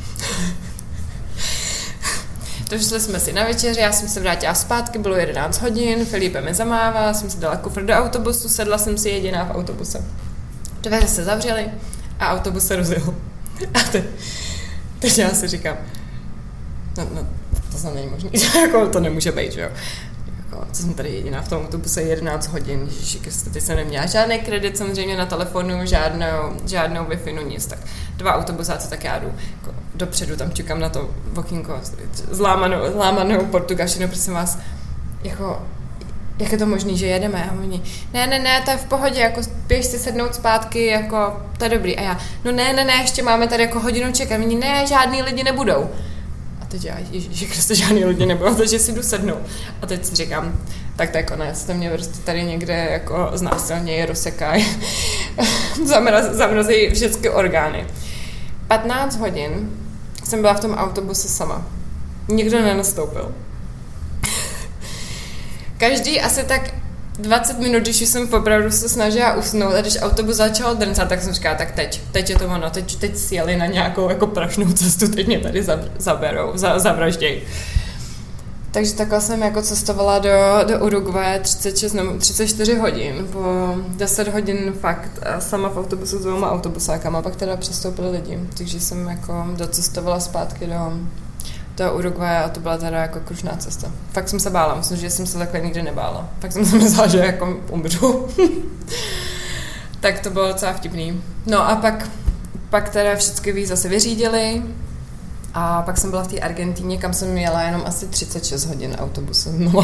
Došli jsme si na večeři, já jsem se vrátila zpátky, bylo jedenáct hodin, Filipe mi zamával, jsem si dala kufr do autobusu, sedla jsem si jediná v autobuse. Dveře se zavřely a autobus se rozjel. A teď, teď já si říkám, no, no to snad není možný, jako to nemůže být, že jo. Jako, co jsem tady jediná v tom autobuse jedenáct hodin, ježiši, teď jsem neměla žádný kredit samozřejmě na telefonu, žádnou, žádnou Wi-Fi, nic, tak dva autobusáci, tak já jdu jako dopředu, tam čekám na to okýnko, zlámanou, zlámanou portugalštinu, prosím vás, jako, jak je to možný, že jedeme? A oni, ne, ne, ne, to je v pohodě, jako běž si sednout zpátky, jako, to je dobrý. A já, no ne, ne, ne, ještě máme tady jako hodinu čekat. Oni, ne, žádný lidi nebudou. A teď já, ježiši Kriste, žádný lidi nebudou, takže si jdu sednout. A teď si říkám, tak to je konec, to mě prostě tady někde jako znásilněji, rozsekají, zamraz, zamrazí všechny orgány. patnáct hodin jsem byla v tom autobuse sama. Nikdo nenastoupil. Každý asi tak dvacet minut, když jsem popravdu se snažila usnout a když autobus začal drncat, tak jsem říkala, tak teď, teď je to ono, teď, teď sjeli na nějakou jako prašnou cestu, teď mě tady zaberou, za, zavražděj. Takže takhle jsem jako cestovala do, do Uruguaye třicet šest, no, třicet čtyři hodin, po deset hodin fakt sama v autobusu s dvouma autobusákama, pak teda přestoupili lidi, takže jsem jako docestovala zpátky do do Uruguaye a to byla teda jako krušná cesta. Fakt jsem se bála, myslím, že jsem se takhle nikdy nebála. Fakt jsem se myslela, že jako umřu. Tak to bylo docela vtipný. No a pak, pak teda všechny víza se vyřídily a pak jsem byla v té Argentíně, kam jsem jela jenom asi třicet šest hodin autobusem. No.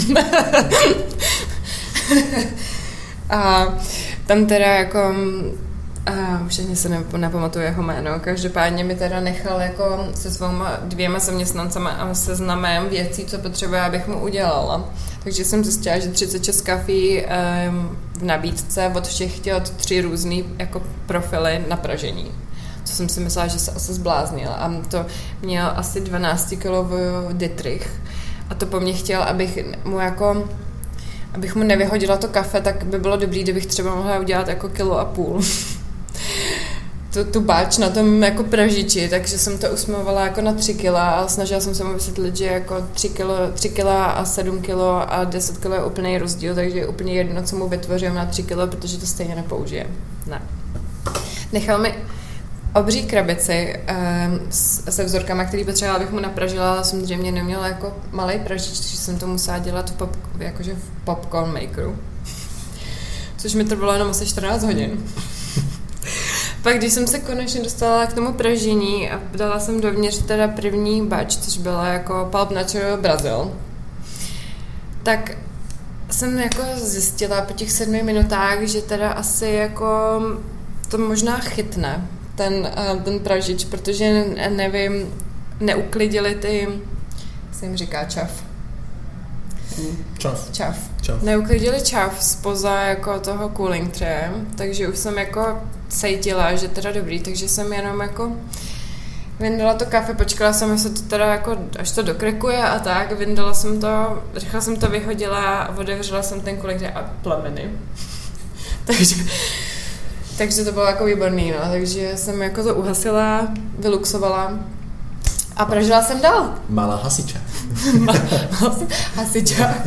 A tam teda jako a už ani se nepamatuju jeho jméno. Každopádně mi teda nechal jako se svýma dvěma zaměstnancama a seznamem věcí, co potřebuje, abych mu udělala. Takže jsem zjistila, že třicet šest kafí um, v nabídce od všech chtěl tři různý jako profily na pražení. Co jsem si myslela, že se asi zbláznila. A to měl asi dvanáctikilový Dietrich. A to po mně chtěl, abych mu jako abych mu nevyhodila to kafe, tak by bylo dobrý, kdybych třeba mohla udělat jako kilo a půl. Tu, tu báč na tom jako pražiči, takže jsem to usmouvala jako na tři kila a snažila jsem se mu vysvětlit, že jako tři kilo, tři kila a sedm kilo a deset kilo je úplný rozdíl, takže je úplně jedno, co mu vytvořím na tři kilo, protože to stejně nepoužije. Ne. Nechal mi obří krabici um, se vzorkama, který potřebovala, abych mu napražila, ale samozřejmě neměla jako malej pražič, takže jsem to musela dělat v, pop, jakože v popcorn makeru. Což mi trvalo jenom asi čtrnáct hodin. Pak když jsem se konečně dostala k tomu pražení a dala jsem dovnitř teda první batch, což byla jako Pulp Natural Brazil, tak jsem jako zjistila po těch sedmi minutách, že teda asi jako to možná chytne, ten, ten pražič, protože nevím, neuklidili ty, jak se jim říká, čaf. Čaf. Čaf. čav? Neuklidili čav spoza jako toho cooling traye, takže už jsem jako cítila, že teda dobrý, takže jsem jenom jako vyndala to kafe, počkala jsem, jestli to teda jako, až to dokrekuje a tak, vyndala jsem to, rychle jsem to vyhodila a otevřela jsem ten cooling tray a plameny. takže, takže to bylo jako výborný, no, takže jsem jako to uhasila, vyluxovala a pražila jsem dál. Malá hasiča. Hasičák.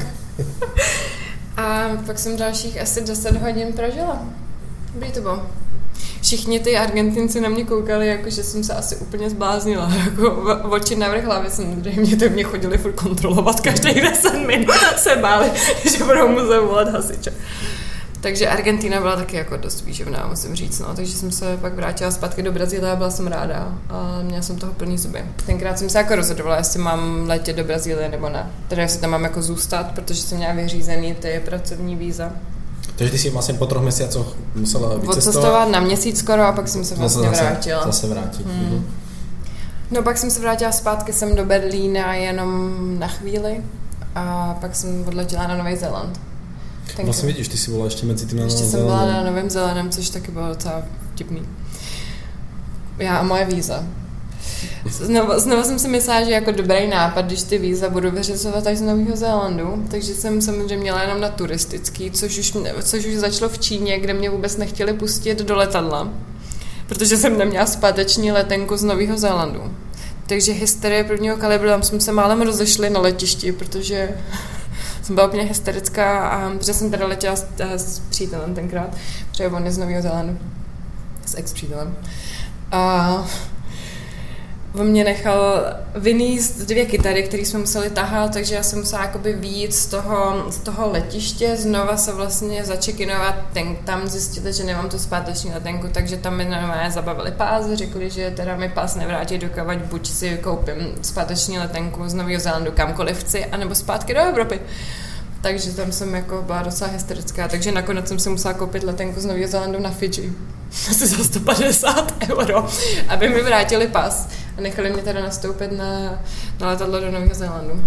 A pak jsem dalších asi deset hodin pražila. Dobrý to bylo. Všichni ty Argentinci na mě koukali, jako že jsem se asi úplně zbláznila. Jako oči navrch hlavy samozřejmě, to mě chodili furt kontrolovat. Každých deset minut se báli, že budou muset volat hasiče. Takže Argentina byla taky jako dost výživná, musím říct. No. Takže jsem se pak vrátila zpátky do Brazílie a byla jsem ráda. A měla jsem toho plný zuby. Tenkrát jsem se jako rozhodovala, jestli mám letět do Brazílie nebo ne. Teda jestli tam mám jako zůstat, protože jsem měla vyřízený ty pracovní víza. Takže ty si vlastně po troch měsících musela vycestovat? Odcestovat na měsíc skoro a pak jsem se vlastně zase, vrátila. Zase vrátit. Hmm. Mhm. No pak jsem se vrátila zpátky sem do Berlína jenom na chvíli a pak jsem odletěla na Nový Zéland. Tenkrát. Vlastně vidíš, ty jsi byla ještě mezi tím na Ještě jsem byla na Novém Zélandem, což taky bylo docela vtipný. Já a moje víza. Znovu, znovu jsem si myslela, že jako dobrý nápad, když ty víza budu vyřizovat až z Nového Zélandu, takže jsem samozřejmě měla jenom na turistický, což už, což už začalo v Číně, kde mě vůbec nechtěli pustit do letadla, protože jsem neměla zpáteční letenku z Nového Zélandu. Takže hysterie prvního kalibru, tam jsme se málem rozešli na letišti, protože jsem byla úplně hysterická, a, protože jsem teda letěla s, s přítelem tenkrát, protože on je z Nového Zélandu, s ex-přítelem. A on mě nechal vyníst dvě kytary, které jsme museli tahat, takže já jsem musela jakoby vyjít z toho, z toho letiště, znova se vlastně začekinovat, ten, tam zjistili, že nemám tu zpáteční letenku, takže tam mi normálně zabavili pás, řekli, že teda mi pás nevrátí, dokavať buď si koupím zpáteční letenku z Nového Zélandu kamkoliv chci, anebo zpátky do Evropy. Takže tam jsem jako byla docela hysterická, takže nakonec jsem si musela koupit letenku z Nového Zélandu na Fidži. Asi za sto padesát euro, aby mi vrátili pas a nechali mě teda nastoupit na, na letadlo do Nového Zélandu.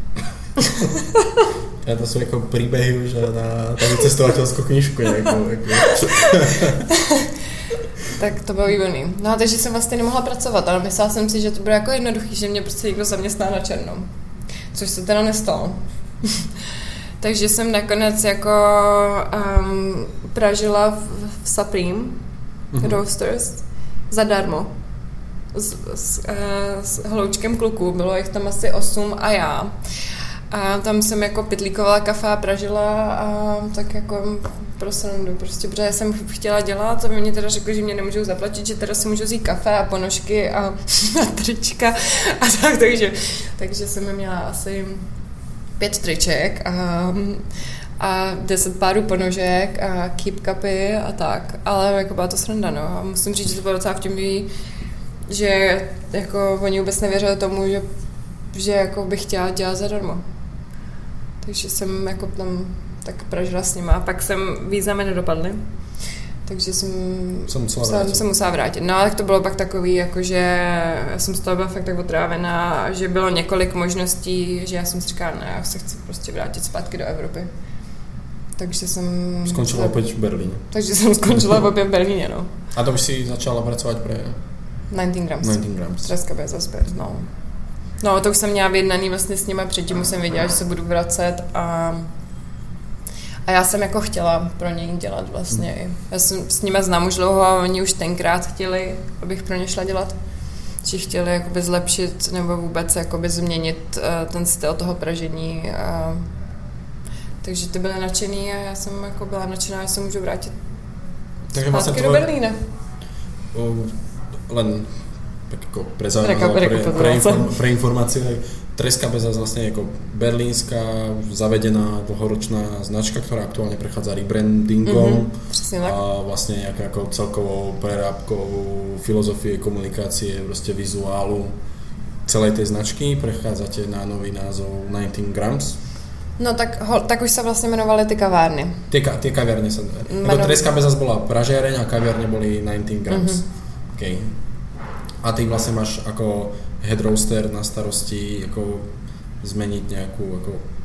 Ja to sú ako príbehy už na takú cestovateľskú knižku. Jako, jako. Tak to bylo výborný. No a takže jsem vlastně nemohla pracovat, ale myslela jsem si, že to bude jako jednoduchý, že mě prostě někdo zaměstná na černo. Což se teda nestalo. Takže jsem nakonec jako um, pražila v, v Supreme mm-hmm. Roasters zadarmo. S, s, s hloučkem kluků, bylo jich tam asi osm a já. A tam jsem jako pytlíkovala kafe a pražila a tak jako pro srandu, prostě, protože jsem chtěla dělat a mě teda řekli, že mě nemůžou zaplatit, že teda si můžu vzít kafe a ponožky a, a trička a tak, takže, takže jsem měla asi pět triček a, a deset párů ponožek a keep cupy a tak, ale jako byla to sranda, no. A musím říct, že to bylo docela vtipný, že jako oni vůbec nevěřili tomu, že, že jako bych chtěla dělat zadarmo. Takže jsem jako tam tak pražila s nima a pak jsem víza mi nedopadly. Takže jsem, jsem musela jsem, vrátit. jsem musela vrátit. No ale to bylo pak takový, jakože já jsem z toho byla fakt tak otrávená, že bylo několik možností, že já jsem si říkala, ne, já se chci prostě vrátit zpátky do Evropy. Takže jsem... Skončila opět v Berlíně. Takže jsem skončila opět v Berlíně, no. A to už si začala pracovat pre... devatenáct grams. devatenáct grams. Treska bez aspekt, no. No, to už jsem měla vyjednaný vlastně s nima, předtím už jsem věděla, že se budu vracet a... A já jsem jako chtěla pro něj dělat vlastně. Hmm. Já jsem s nimi znám už dlouho a oni už tenkrát chtěli, abych pro ně šla dělat. Že chtěli jakoby zlepšit nebo vůbec jakoby změnit uh, ten styl toho pražení. Uh, takže ty byly nadšený a já jsem jako byla nadšená, že se můžu vrátit takže zpátky vlastně do Berlína. O, len tak ako pre, pre, pre, pre, inform, pre informáciu, Treska bez vlastne ako berlínska, zavedená dlhoročná značka, ktorá aktuálne prechádza rebrandingom mm-hmm, a vlastne nejaká ako celkovou prerábkou filozofie, komunikácie, proste vizuálu celej tej značky. Prechádzate na nový názov devatenáct grams. No tak, ho, tak už sa vlastne menovali ty kavárny. Tie, tie kaviarne sa... Menov... Treska bez bola pražiareň a kaviarne boli devatenáct grams. Mm-hmm. Okay. A ty vlastne máš ako head roaster na starosti ako zmeniť nejakú ako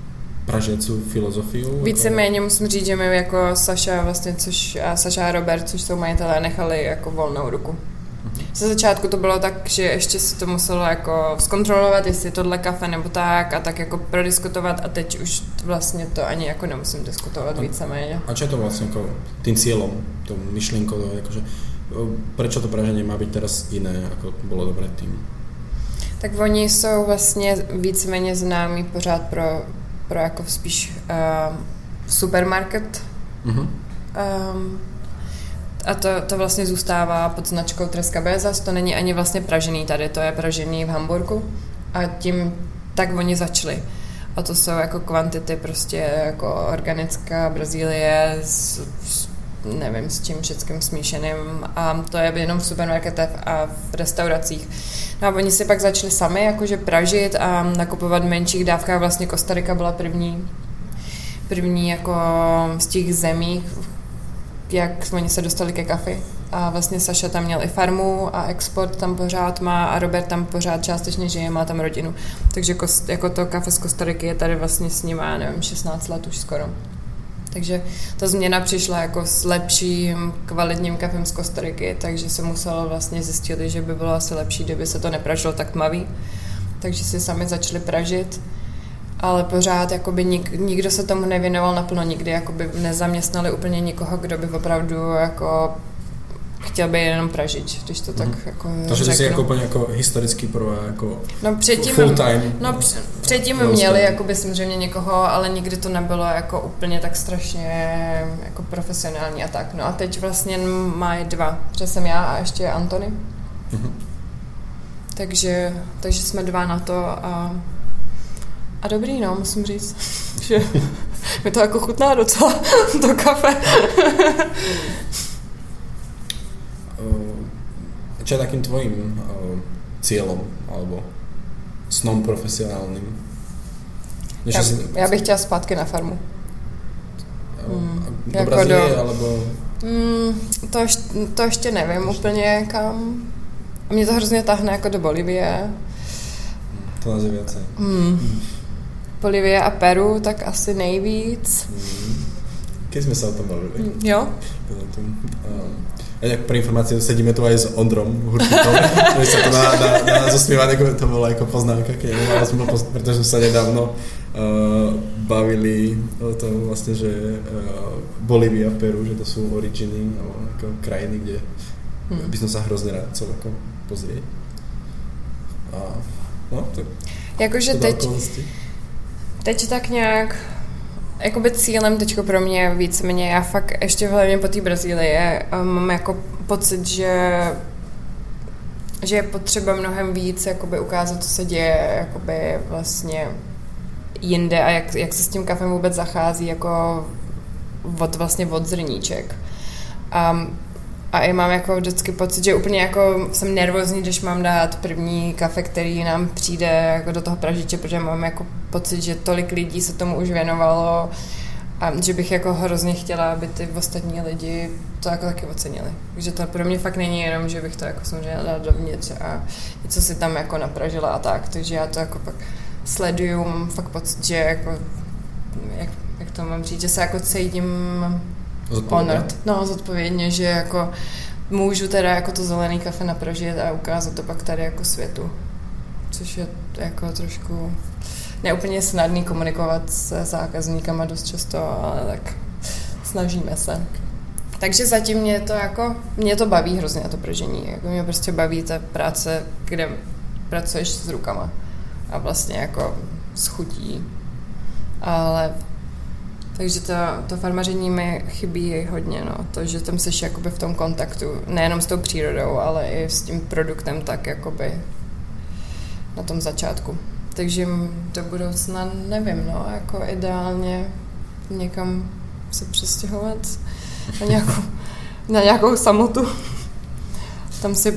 pražiacu filozofiu? Víceméně musím říct, že my jako Saša vlastně, což a Saša a Robert, což jsou majitelé, nechali jako volnou ruku. Ze začátku to bylo tak, že ještě si to muselo jako zkontrolovat, jestli je tohle kafe nebo tak a tak jako prodiskutovat a teď už vlastně to ani jako nemusím diskutovat víceméně. A čo je to vlastně jako tým cieľom, tou myšlienkou, jakože prečo to praženie má být teraz jiné, jako bylo dobré tým? Tak oni jsou vlastně víceméně známí pořád pro, pro jako spíš uh, supermarket. Mm-hmm. Um, A to, to vlastně zůstává pod značkou Tres Cabezas, to není ani vlastně pražený tady, to je pražený v Hamburgu a tím tak oni začali. A to jsou jako kvantity prostě jako organická Brazílie s, s nevím s čím všetkým smíšeným a to je jenom v supermarketech a v restauracích. No a oni si pak začali sami jakože pražit a nakupovat v menších dávkách, vlastně Kostarika byla první, první jako z těch zemí, jak oni se dostali ke kafi. A vlastně Saša tam měl i farmu a export tam pořád má a Robert tam pořád částečně žije, má tam rodinu. Takže kost, jako to kafe z Kostariky je tady vlastně s ním, já nevím, šestnáct let už skoro. Takže ta změna přišla jako s lepším, kvalitním kafem z Kostariky, takže se muselo vlastně zjistit, že by bylo asi lepší, kdyby se to nepražilo tak tmavý. Takže si sami začali pražit. Ale pořád jakoby nik, nikdo se tomu nevěnoval naplno nikdy, jakoby nezaměstnali úplně nikoho, kdo by opravdu jako chtěl by jenom pražit, když to tak mm. jako Takže ty jsi jako úplně jako historický pro jako no předtím, full time. No předtím měli jakoby samozřejmě někoho, ale nikdy to nebylo jako úplně tak strašně jako profesionální a tak. No a teď vlastně mají dva, že jsem já a ještě Antony. Mm-hmm. Takže, takže jsme dva na to a A dobrý, no, musím říct, že mi to jako chutná docela, to kafe. Čo je takým tvojím cieľom, alebo snom profesionálnym? Já, si... já bych chtěla zpátky na farmu. Mm, do jako Brazílie, do... alebo... Mm, to, ještě, to ještě nevím úplně kam. A mě to hrozně tahne jako do Bolívie. To nás je viacej. Mm. Bolívie a Peru, tak asi nejvíc. Mm. Keď sme sa o tom bavili. Jo. A jak pre informáciu sedíme tu aj s Ondrom Hurčíkom, že sa to na, na, na zosmievanie, to bola ako poznámka, keď nemala som ho, pretože sa nedávno uh, bavili o tom vlastne, že uh, Bolívia, Peru, že to sú originy, alebo ako krajiny, kde hmm. by som sa hrozne rád chcel ako pozrieť. A no, to jakože teď, teď tak nějak jakoby cílem teďko pro mě víceméně, já fakt ještě hlavně po té Brazílii mám jako pocit, že že je potřeba mnohem víc jakoby ukázat, co se děje jakoby vlastně jinde a jak, jak se s tím kafem vůbec zachází jako od, vlastně od zrníček. A, a i mám jako vždycky pocit, že úplně jako jsem nervózní, když mám dát první kafe, který nám přijde jako do toho pražiče, protože mám jako pocit, že tolik lidí se tomu už věnovalo a že bych jako hrozně chtěla, aby ty ostatní lidi to jako taky ocenili. Takže to pro mě fakt není jenom, že bych to jako samozřejmě dala dovnitř a něco si tam jako napražila a tak, takže já to jako pak sleduju, mám fakt pocit, že jako jak, jak to mám říct, že se jako cítím honored, no zodpovědně, že jako můžu teda jako to zelený kafe napražit a ukázat to pak tady jako světu, což je jako trošku neúplně snadný komunikovat se zákazníkama dost často, ale tak snažíme se. Takže zatím mě to jako, mě to baví hrozně to pražení, jako mě prostě baví ta práce, kde pracuješ s rukama a vlastně jako s chutí, ale takže to, to farmaření mi chybí hodně, no. To, že tam seš jakoby v tom kontaktu, nejenom s tou přírodou, ale i s tím produktem tak jakoby na tom začátku. Takže do budoucna nevím, no, jako ideálně někam se přestěhovat na nějakou, na nějakou samotu. Tam si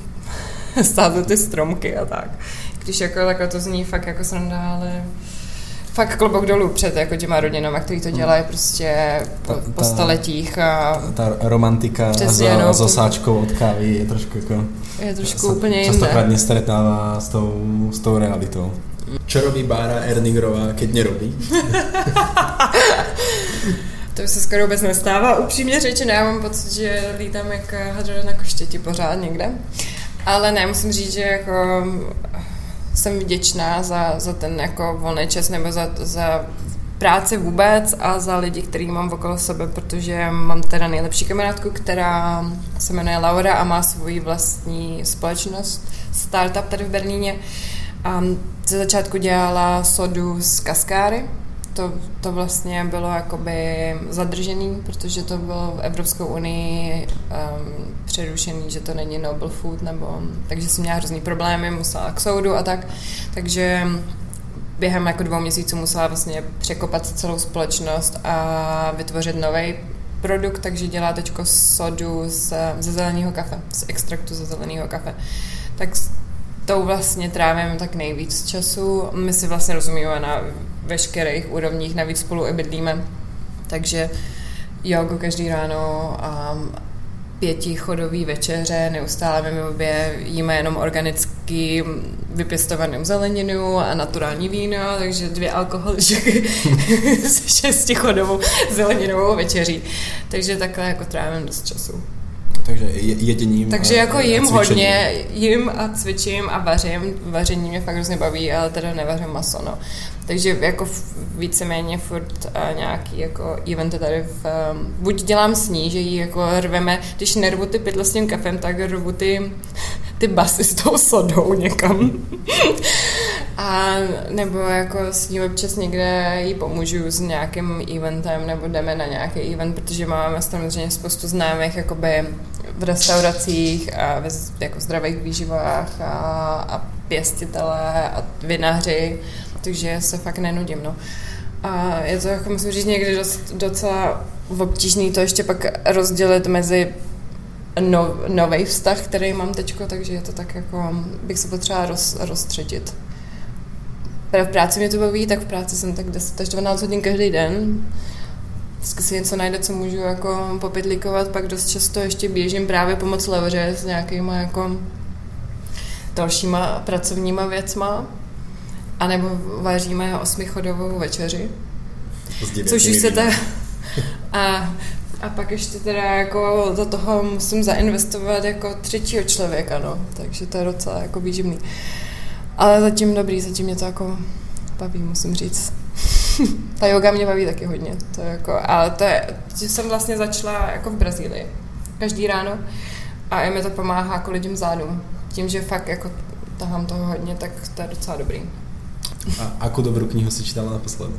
stát ty stromky a tak. Když jako takhle to zní fakt jako sranda, ale fakt klobouk dolů před jako těma rodinama, který to dělají prostě po, ta, po staletích. A ta romantika přesně, za, no, za sáčkou od kávy je trošku jako... Je trošku úplně jinde. Častokrát nestretává s tou, s tou realitou. Čo robí Bára Erningerová, keď nerobí? To se skoro vůbec nestává. Upřímně řečeno, já mám pocit, že lítám jak hadra na koštěti pořád někde. Ale ne, musím říct, že jako jsem vděčná za, za ten jako volný čas nebo za, za práci vůbec a za lidi, který mám okolo sebe, protože mám teda nejlepší kamarádku, která se jmenuje Laura a má svoji vlastní společnost, startup tady v Berlíně. A ze začátku dělala sodu z kaskáry. To, to vlastně bylo jakoby zadržený, protože to bylo v Evropskou unii um, přerušený, že to není noble food, nebo, takže jsem měla hrozný problémy, musela k soudu a tak. Takže během jako dvou měsíců musela vlastně překopat celou společnost a vytvořit nový produkt, takže dělá teďko sodu z, ze zeleného kafe, z extraktu ze zeleného kafe. Tak tou vlastně trávím tak nejvíc času. My si vlastně rozumíme na veškerých úrovních, navíc spolu i bydlíme. Takže jogu každý ráno a pětichodový večeře, neustále my obě jíme jenom organicky vypěstovanou zeleninu a naturální víno, takže dvě alkoholičky s šestichodovou zeleninovou večeří. Takže takhle jako trávím dost času. Takže jeděním Takže a, jako jim a hodně, jim a cvičím a vařím. Vaření mě fakt hrozně baví, ale teda nevařím maso, no. Takže jako víceméně furt a nějaký jako eventy tady v, um, buď dělám sní, že jí jako rveme, když nervu ty pytle s tím kafem, tak rvu ty, ty basy s tou sodou někam. A nebo jako s ní občas někde jí pomůžu s nějakým eventem, nebo jdeme na nějaký event, protože máme samozřejmě spoustu známých jakoby v restauracích a ve jako zdravých výživách a, a pěstitelé a vinaři, takže se fakt nenudím, no. A je to, jako musím říct, někdy dost, docela obtížný to ještě pak rozdělit mezi no, nový vztah, který mám teďko, takže je to tak jako, bych se potřeba roz, rozstředit. V práci mě to baví, tak v práci jsem tak deset až dvanáct hodin každý den. Vždycky si něco najde, co můžu jako popytlíkovat, pak dost často ještě běžím právě pomoc Lauře s nějakýma jako dalšíma pracovníma věcma. A nebo vaříme osmichodovou večeři. Což už se ta... A, a pak ještě teda jako do toho musím zainvestovat jako třetího člověka, no. Takže to je docela jako výživný. Ale zatím dobrý, zatím mě to jako baví, musím říct. Ta yoga mě baví taky hodně. To je jako, ale to je, že jsem vlastně začala jako v Brazílii. Každý ráno. A i mi to pomáhá jako lidem zádům. Tím, že fakt jako tahám toho hodně, tak to je docela dobrý. A jakou dobrou knihu si čítala naposledy?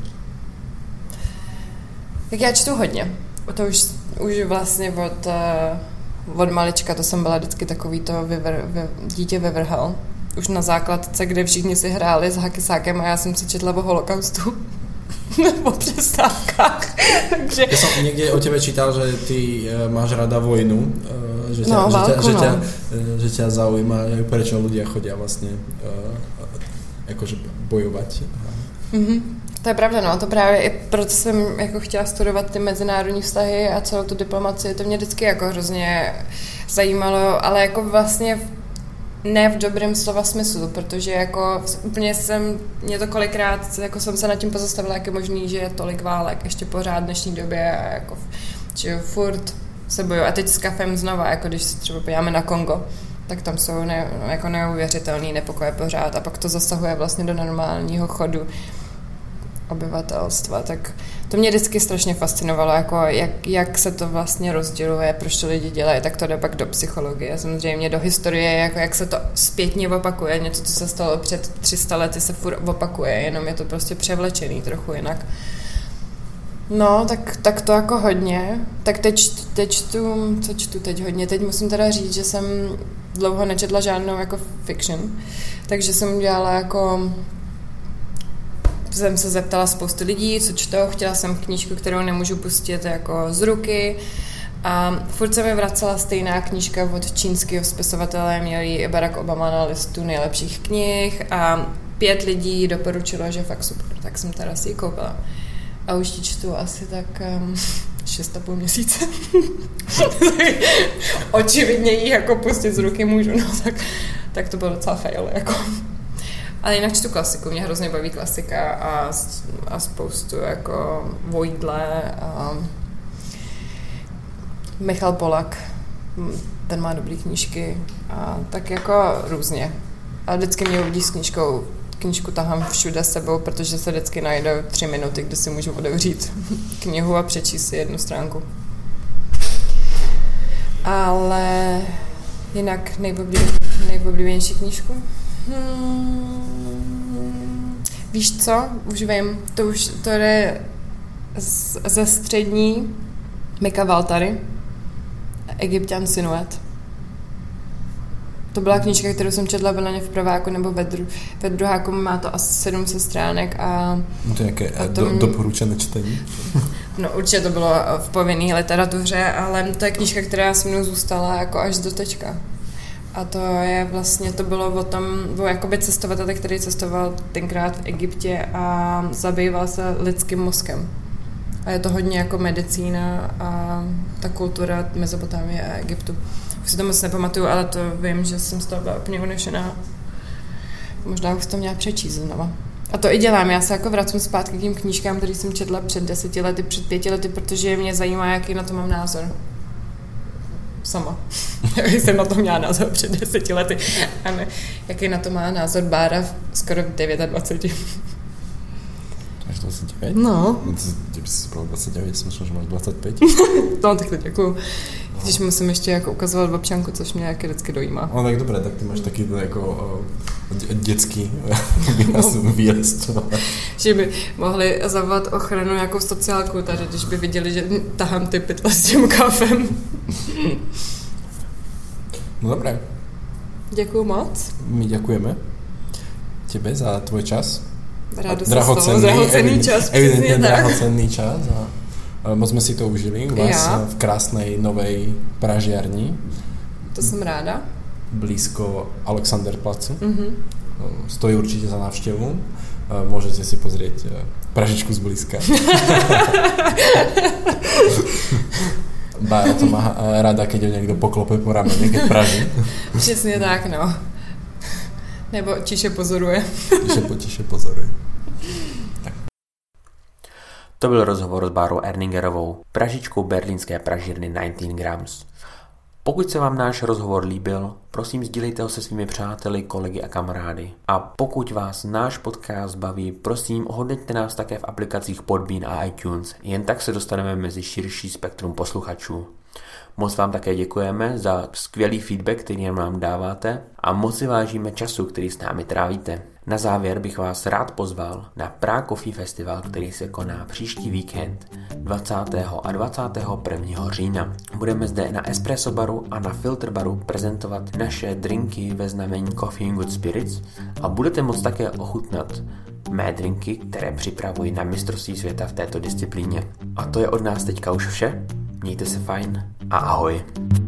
Tak já čtu hodně. To už, už vlastně od, od malička, to jsem byla vždycky takový to vyvr, vy, dítě vyvrhal. Už na základce, kde všichni si hráli s hakisákem a já jsem si četla o holokaustu. Po přestávkách. Takže... Já jsem někde o tebe čítal, že ty máš rada vojnu, že tě, no, že válku, tě, no. že tě, že tě zaujíma, prečo ľudia chodia vlastně jakože bojovat. Mm-hmm. To je pravda, no, to právě i proto jsem jako chtěla studovat ty mezinárodní vztahy a celou tu diplomacii, to mě vždycky jako hrozně zajímalo, ale jako vlastně ne v dobrém slova smyslu, protože jako úplně jsem, mě to kolikrát, jako jsem se nad tím pozastavila, jak je možný, že je tolik válek ještě pořád v dnešní době a jako, že furt se bojují. A teď s kafem znova, jako když se třeba podíváme na Kongo, tak tam jsou ne, jako neuvěřitelný nepokoje pořád a pak to zasahuje vlastně do normálního chodu obyvatelstva, tak to mě vždycky strašně fascinovalo, jako jak, jak se to vlastně rozděluje, proč to lidi dělají, tak to jde pak do psychologie, samozřejmě do historie, jako jak se to zpětně opakuje, něco, co se stalo před tři sta lety, se furt opakuje, jenom je to prostě převlečený trochu jinak. No, tak, tak to jako hodně. Tak teď, teď čtu, co čtu teď hodně, teď musím teda říct, že jsem dlouho nečetla žádnou jako fiction, takže jsem udělala jako jsem se zeptala spoustu lidí, co čtou, chtěla jsem knížku, kterou nemůžu pustit jako z ruky a furt se mi vracela stejná knížka od čínského spisovatele, měl ji Barack Obama na listu nejlepších knih a pět lidí doporučilo, že fakt super, tak jsem teda si ji koupila. A už ji čtu asi tak um, šest a půl měsíce. Očividně ji jako pustit z ruky můžu, no tak, tak to bylo docela fail, jako. Ale jinak čtu klasiku, mě hrozně baví klasika a, a spoustu jako Vojdle a Michal Polak, ten má dobrý knížky a tak jako různě. A vždycky mě uvidí s knížkou, knížku tahám všude s sebou, protože se vždycky najdou tři minuty, kdy si můžu otevřít knihu a přečíst si jednu stránku. Ale jinak nejoblíbenější knížku? Hmm, víš co? Už vím, to už to je z, ze střední Mika Valtary, Egyptian Sinuet. To byla knížka, kterou jsem četla byla v prváku nebo ve, dru, ve druháku, má to asi sedm set stránek a... No to je jaké do, doporučené čtení? No určitě to bylo v povinné literatuře, ale to je knížka, která se mnou zůstala jako až do tečka. A to je vlastně, to bylo o tom, o jakoby cestovateli, který cestoval tenkrát v Egyptě a zabýval se lidským mozkem. A je to hodně jako medicína a ta kultura Mezopotámie a Egyptu. Už si to moc nepamatuju, ale to vím, že jsem z toho byla úplně unešená. Možná už to měla přečíst znova. A to i dělám, já se jako vracím zpátky k těm knížkám, které jsem četla před deseti lety, před pěti lety, protože mě zajímá, jaký na to mám názor. Sama. Jaký jsem na to měla názor před deseti lety. A ne, jaký na to má názor Bára skoro v dvacet devět. Máš dvacet devět? No. Kdyby si zbral dvacet devět, jsem myslel, že máš dvacet pět. No, tak to děkuju. Když musím ještě jako ukazovat občanku, což mě jak vždycky dojímá. No tak dobré, tak ty máš taky jako uh, dětský výjezd. Že by mohli zavolat ochranu nějakou sociálku tady, když by viděli, že tahám ty pytle s tím kafem. No dobré. Děkuju moc. My děkujeme tebe za tvůj čas. Rádo se drahocenný, drahocenný čas. Evidentně drahocenný čas. A moc jsme si to užili u vás ja. v krásnej novej pražiarni. To jsem ráda. Blízko Alexanderplatzu. Mm-hmm. Stojí určitě za návštěvu. Můžete si pozrieť pražičku zblízka. Bára to má rada, keď ho někdo poklope po rameni, keď praží. Přesně tak, no. Nebo tiše pozoruje. Tiše, tiše pozoruje. To byl rozhovor s Bárou Erningerovou, pražičkou berlínské pražírny devatenáct grams. Pokud se vám náš rozhovor líbil, prosím sdílejte ho se svými přáteli, kolegy a kamarády. A pokud vás náš podcast baví, prosím ohodnoťte nás také v aplikacích Podbean a iTunes, jen tak se dostaneme mezi širší spektrum posluchačů. Moc vám také děkujeme za skvělý feedback, který nám dáváte a moc si vážíme času, který s námi trávíte. Na závěr bych vás rád pozval na Prague Coffee Festival, který se koná příští víkend dvacátého a dvacátého prvního října. Budeme zde na Espresso baru a na Filter baru prezentovat naše drinky ve znamení Coffee and Good Spirits a budete moct také ochutnat mé drinky, které připravuji na mistrovství světa v této disciplíně. A to je od nás teďka už vše. Mějte se fajn a ahoj.